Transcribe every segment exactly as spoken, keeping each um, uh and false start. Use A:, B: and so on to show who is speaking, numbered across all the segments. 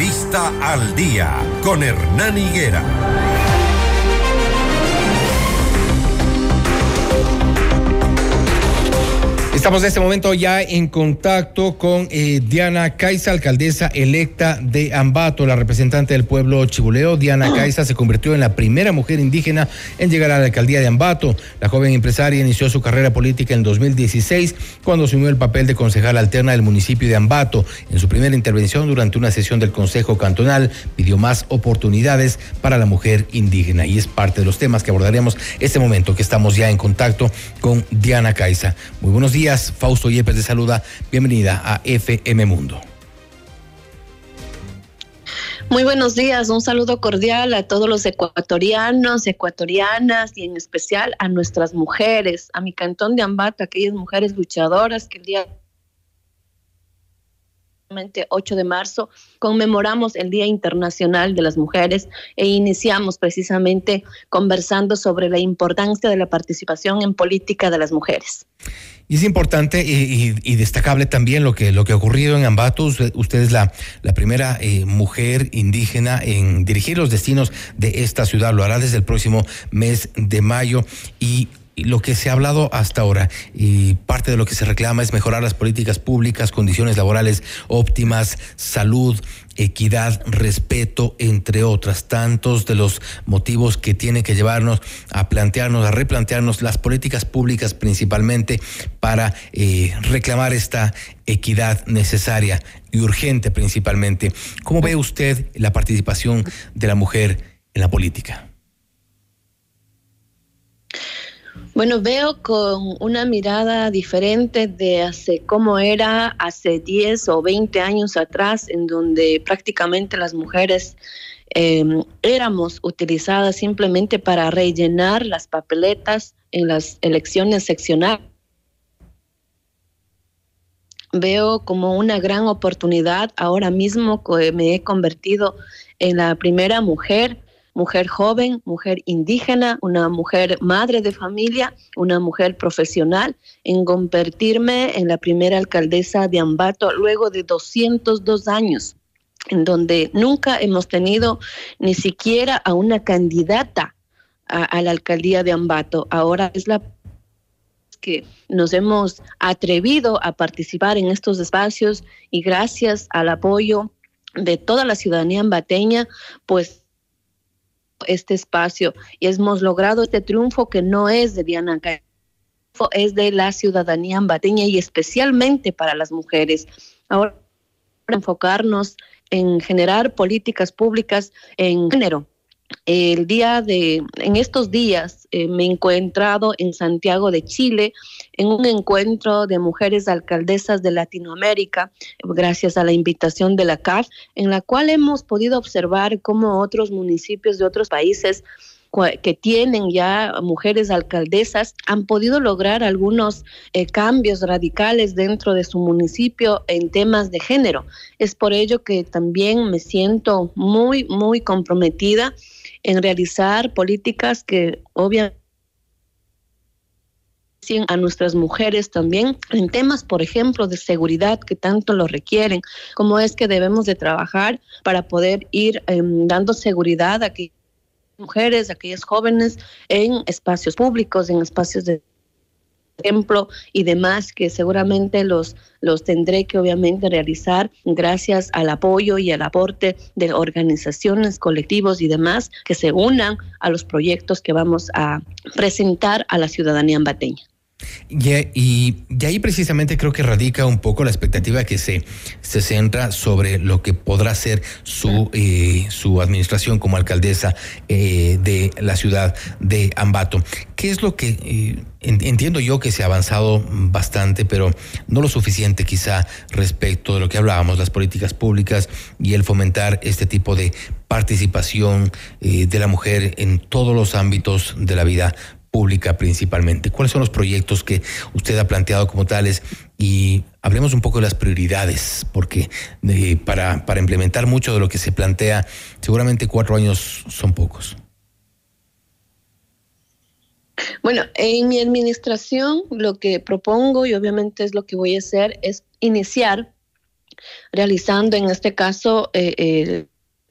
A: Entrevista al Día con Hernán Higuera.
B: Estamos en este momento ya en contacto con eh, Diana Caiza, alcaldesa electa de Ambato, la representante del pueblo chibuleo. Diana Caiza se convirtió en la primera mujer indígena en llegar a la alcaldía de Ambato. La joven empresaria inició su carrera política en el dos mil dieciséis, cuando asumió el papel de concejal alterna del municipio de Ambato. En su primera intervención durante una sesión del Consejo Cantonal, pidió más oportunidades para la mujer indígena, y es parte de los temas que abordaremos este momento que estamos ya en contacto con Diana Caiza. Muy buenos días. Fausto Yepes te saluda. Bienvenida a F M Mundo.
C: Muy buenos días, un saludo cordial a todos los ecuatorianos, ecuatorianas y en especial a nuestras mujeres, a mi cantón de Ambato, aquellas mujeres luchadoras que el día ocho de marzo conmemoramos el Día Internacional de las Mujeres e iniciamos precisamente conversando sobre la importancia de la participación en política de las mujeres.
B: Y es importante y, y, y destacable también lo que, lo que ha ocurrido en Ambato. Usted, usted es la, la primera eh, mujer indígena en dirigir los destinos de esta ciudad. Lo hará desde el próximo mes de mayo. Y lo que se ha hablado hasta ahora y parte de lo que se reclama es mejorar las políticas públicas, condiciones laborales óptimas, salud, equidad, respeto, entre otras, tantos de los motivos que tienen que llevarnos a plantearnos, a replantearnos las políticas públicas principalmente para eh, reclamar esta equidad necesaria y urgente principalmente. ¿Cómo ve usted la participación de la mujer en la política?
C: Bueno, veo con una mirada diferente de hace cómo era hace diez o veinte años atrás, en donde prácticamente las mujeres eh, éramos utilizadas simplemente para rellenar las papeletas en las elecciones seccionales. Veo como una gran oportunidad. Ahora mismo me he convertido en la primera mujer mujer joven, mujer indígena, una mujer madre de familia, una mujer profesional, en convertirme en la primera alcaldesa de Ambato luego de doscientos dos años, en donde nunca hemos tenido ni siquiera a una candidata a, a la alcaldía de Ambato. Ahora es la que nos hemos atrevido a participar en estos espacios, y gracias al apoyo de toda la ciudadanía ambateña, pues este espacio, y hemos logrado este triunfo que no es de Diana Caiza, es de la ciudadanía ambateña y especialmente para las mujeres. Ahora enfocarnos en generar políticas públicas en género. El día de, en estos días eh, me he encontrado en Santiago de Chile en un encuentro de mujeres alcaldesas de Latinoamérica, gracias a la invitación de la C A F, en la cual hemos podido observar cómo otros municipios de otros países que tienen ya mujeres alcaldesas han podido lograr algunos eh, cambios radicales dentro de su municipio en temas de género. Es por ello que también me siento muy, muy comprometida en realizar políticas que obviamente a nuestras mujeres también en temas, por ejemplo, de seguridad que tanto lo requieren, como es que debemos de trabajar para poder ir eh, dando seguridad a aquellas mujeres, a aquellas jóvenes en espacios públicos, en espacios de ejemplo y demás, que seguramente los, los tendré que obviamente realizar gracias al apoyo y al aporte de organizaciones, colectivos y demás que se unan a los proyectos que vamos a presentar a la ciudadanía ambateña.
B: Y, y, y ahí precisamente creo que radica un poco la expectativa que se, se centra sobre lo que podrá ser su, eh, su administración como alcaldesa eh, de la ciudad de Ambato. ¿Qué es lo que eh, entiendo yo que se ha avanzado bastante, pero no lo suficiente quizá respecto de lo que hablábamos, las políticas públicas y el fomentar este tipo de participación eh, de la mujer en todos los ámbitos de la vida pública principalmente? ¿Cuáles son los proyectos que usted ha planteado como tales? Y hablemos un poco de las prioridades, porque eh, para, para implementar mucho de lo que se plantea, seguramente cuatro años son pocos.
C: Bueno, en mi administración lo que propongo, y obviamente es lo que voy a hacer, es iniciar realizando en este caso eh, el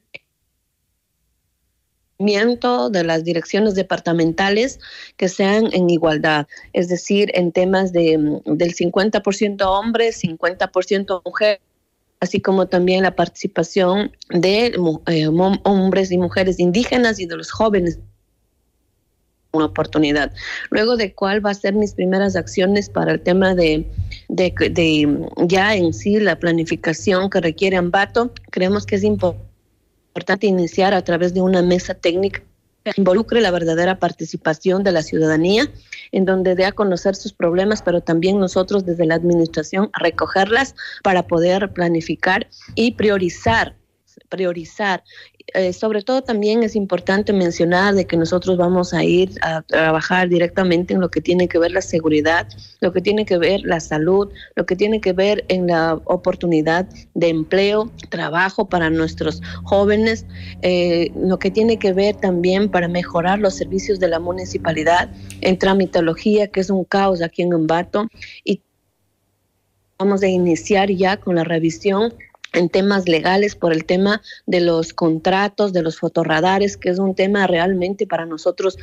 C: de las direcciones departamentales que sean en igualdad, es decir, en temas de, del cincuenta por ciento hombres, cincuenta por ciento mujeres, así como también la participación de eh, hombres y mujeres indígenas y de los jóvenes. Una oportunidad. Luego de cuál va a ser mis primeras acciones para el tema de, de, de ya en sí la planificación que requiere Ambato, creemos que es importante importante iniciar a través de una mesa técnica que involucre la verdadera participación de la ciudadanía, en donde dé a conocer sus problemas, pero también nosotros desde la administración recogerlas para poder planificar y priorizar, priorizar. Eh, sobre todo también es importante mencionar de que nosotros vamos a ir a trabajar directamente en lo que tiene que ver la seguridad, lo que tiene que ver la salud, lo que tiene que ver en la oportunidad de empleo, trabajo para nuestros jóvenes, eh, lo que tiene que ver también para mejorar los servicios de la municipalidad en tramitología, que es un caos aquí en Ambato, y vamos a iniciar ya con la revisión en temas legales por el tema de los contratos, de los fotorradares, que es un tema realmente para nosotros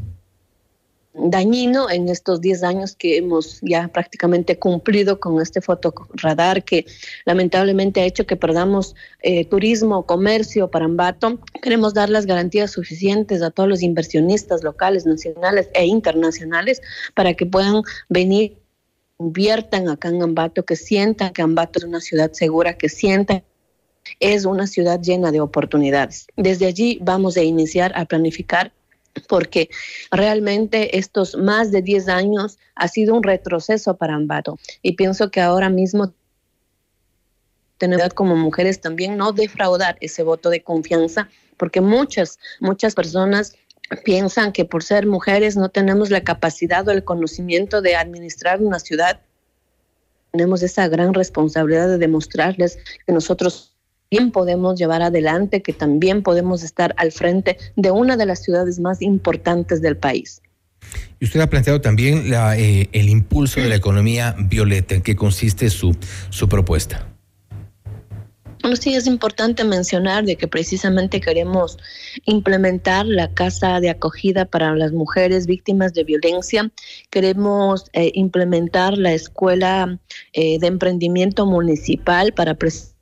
C: dañino en estos diez años que hemos ya prácticamente cumplido con este fotorradar que lamentablemente ha hecho que perdamos eh, turismo, comercio para Ambato. Queremos dar las garantías suficientes a todos los inversionistas locales, nacionales e internacionales para que puedan venir, inviertan acá en Ambato, que sientan que Ambato es una ciudad segura, que sientan es una ciudad llena de oportunidades. Desde allí vamos a iniciar a planificar, porque realmente estos más de diez años ha sido un retroceso para Ambato, y pienso que ahora mismo tenemos como mujeres también no defraudar ese voto de confianza, porque muchas, muchas personas piensan que por ser mujeres no tenemos la capacidad o el conocimiento de administrar una ciudad. Tenemos esa gran responsabilidad de demostrarles que nosotros bien podemos llevar adelante, que también podemos estar al frente de una de las ciudades más importantes del país.
B: Y usted ha planteado también la, eh, el impulso de la economía violeta. ¿En qué consiste su, su propuesta?
C: Bueno, sí, es importante mencionar de que precisamente queremos implementar la casa de acogida para las mujeres víctimas de violencia. Queremos eh, implementar la escuela eh, de emprendimiento municipal para precisamente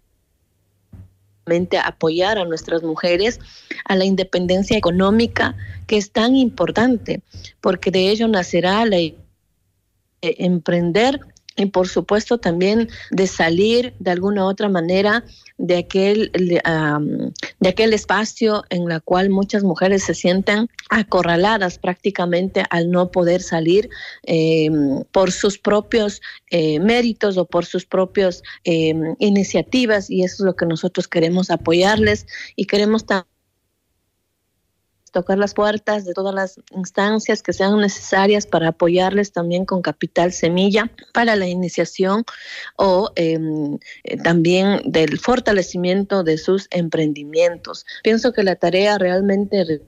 C: apoyar a nuestras mujeres a la independencia económica, que es tan importante, porque de ello nacerá la eh, emprender. Y por supuesto también de salir de alguna otra manera de aquel, um, de aquel espacio en la cual muchas mujeres se sienten acorraladas prácticamente al no poder salir eh, por sus propios eh, méritos o por sus propias eh, iniciativas, y eso es lo que nosotros queremos apoyarles, y queremos también tocar las puertas de todas las instancias que sean necesarias para apoyarles también con capital semilla para la iniciación o eh, también del fortalecimiento de sus emprendimientos. Pienso que la tarea realmente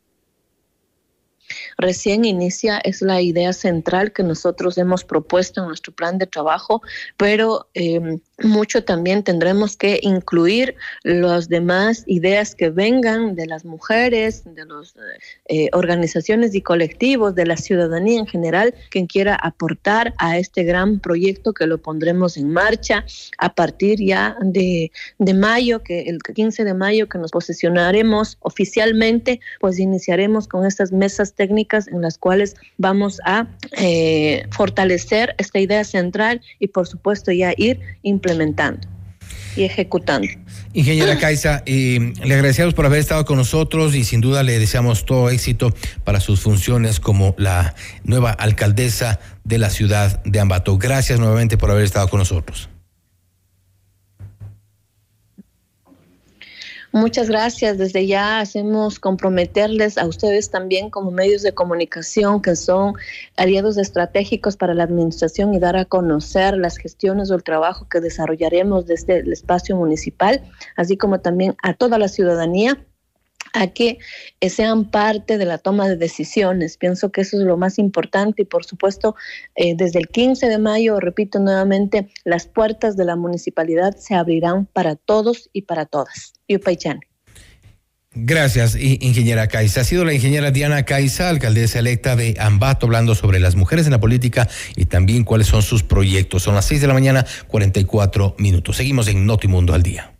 C: recién inicia, es la idea central que nosotros hemos propuesto en nuestro plan de trabajo, pero eh, mucho también tendremos que incluir las demás ideas que vengan de las mujeres, de las eh, organizaciones y colectivos, de la ciudadanía en general, quien quiera aportar a este gran proyecto que lo pondremos en marcha a partir ya de, de mayo, que el quince de mayo que nos posicionaremos oficialmente, pues iniciaremos con estas mesas técnicas en las cuales vamos a eh, fortalecer esta idea central y por supuesto ya ir implementando y ejecutando.
B: Ingeniera Caiza, eh, le agradecemos por haber estado con nosotros y sin duda le deseamos todo éxito para sus funciones como la nueva alcaldesa de la ciudad de Ambato. Gracias nuevamente por haber estado con nosotros.
C: Muchas gracias. Desde ya hacemos comprometerles a ustedes también como medios de comunicación que son aliados estratégicos para la administración y dar a conocer las gestiones o el trabajo que desarrollaremos desde el espacio municipal, así como también a toda la ciudadanía, a que eh, sean parte de la toma de decisiones. Pienso que eso es lo más importante y por supuesto eh, desde el quince de mayo, repito nuevamente, las puertas de la municipalidad se abrirán para todos y para todas. Yupaychán.
B: Gracias, ingeniera Caiza. Ha sido la ingeniera Diana Caiza, alcaldesa electa de Ambato, hablando sobre las mujeres en la política y también cuáles son sus proyectos. Son las seis de la mañana, cuarenta y cuatro minutos. Seguimos en Notimundo al Día.